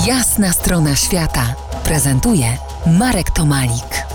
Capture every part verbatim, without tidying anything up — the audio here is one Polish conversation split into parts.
Jasna strona świata prezentuje Marek Tomalik.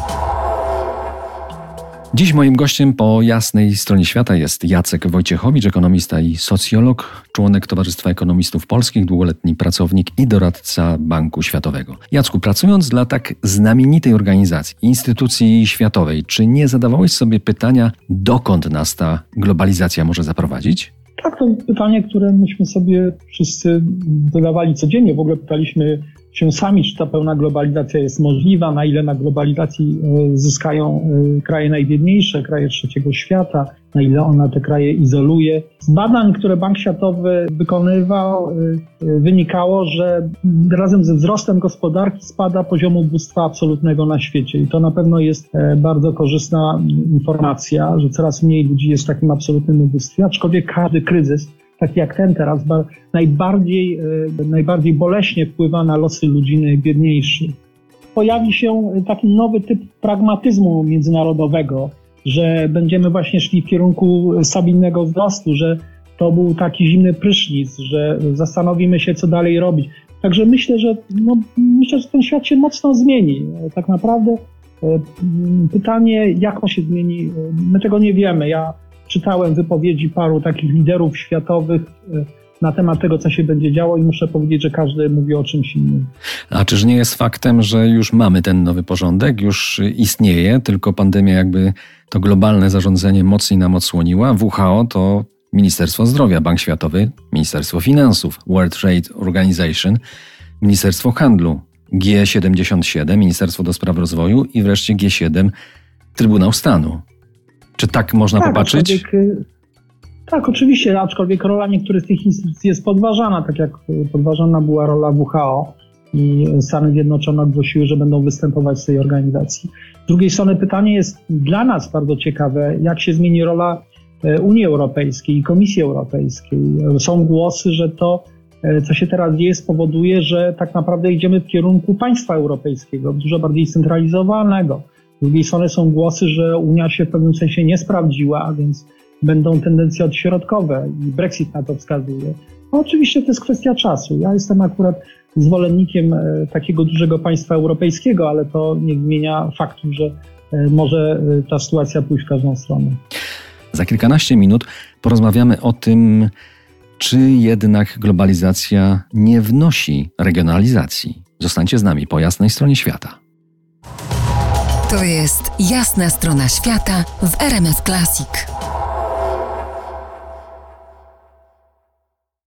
Dziś moim gościem po jasnej stronie świata jest Jacek Wojciechowicz, ekonomista i socjolog, członek Towarzystwa Ekonomistów Polskich, długoletni pracownik i doradca Banku Światowego. Jacku, pracując dla tak znamienitej organizacji, instytucji światowej, czy nie zadawałeś sobie pytania, dokąd nas ta globalizacja może zaprowadzić? Tak, to pytanie, które myśmy sobie wszyscy zadawali codziennie. W ogóle pytaliśmy się sami, czy ta pełna globalizacja jest możliwa, na ile na globalizacji zyskają kraje najbiedniejsze, kraje trzeciego świata, na ile ona te kraje izoluje. Z badań, które Bank Światowy wykonywał, wynikało, że razem ze wzrostem gospodarki spada poziom ubóstwa absolutnego na świecie. I to na pewno jest bardzo korzystna informacja, że coraz mniej ludzi jest w takim absolutnym ubóstwie, aczkolwiek każdy kryzys, taki jak ten teraz, najbardziej, najbardziej boleśnie wpływa na losy ludzi najbiedniejszych. Pojawi się taki nowy typ pragmatyzmu międzynarodowego, że będziemy właśnie szli w kierunku stabilnego wzrostu, że to był taki zimny prysznic, że zastanowimy się, co dalej robić. Także myślę, że no, myślę, że ten świat się mocno zmieni. Tak naprawdę pytanie, jak on się zmieni, my tego nie wiemy. Ja czytałem wypowiedzi paru takich liderów światowych na temat tego, co się będzie działo i muszę powiedzieć, że każdy mówi o czymś innym. A czyż nie jest faktem, że już mamy ten nowy porządek, już istnieje, tylko pandemia jakby to globalne zarządzanie mocniej nam odsłoniła? W H O to Ministerstwo Zdrowia, Bank Światowy, Ministerstwo Finansów, World Trade Organization, Ministerstwo Handlu, G siedemdziesiąt siedem, Ministerstwo do Spraw Rozwoju i wreszcie G siedem, Trybunał Stanu. Czy tak można tak, popatrzeć? Tak, oczywiście, aczkolwiek rola niektórych z tych instytucji jest podważana, tak jak podważana była rola W H O i Stany Zjednoczone ogłosiły, że będą występować z tej organizacji. Z drugiej strony pytanie jest dla nas bardzo ciekawe, jak się zmieni rola Unii Europejskiej i Komisji Europejskiej. Są głosy, że to, co się teraz dzieje, spowoduje, że tak naprawdę idziemy w kierunku państwa europejskiego, dużo bardziej scentralizowanego. Z drugiej strony są głosy, że Unia się w pewnym sensie nie sprawdziła, a więc będą tendencje odśrodkowe i Brexit na to wskazuje. No oczywiście to jest kwestia czasu. Ja jestem akurat zwolennikiem takiego dużego państwa europejskiego, ale to nie zmienia faktu, że może ta sytuacja pójść w każdą stronę. Za kilkanaście minut porozmawiamy o tym, czy jednak globalizacja nie wnosi regionalizacji. Zostańcie z nami po jasnej stronie świata. To jest Jasna strona świata w R M F Classic.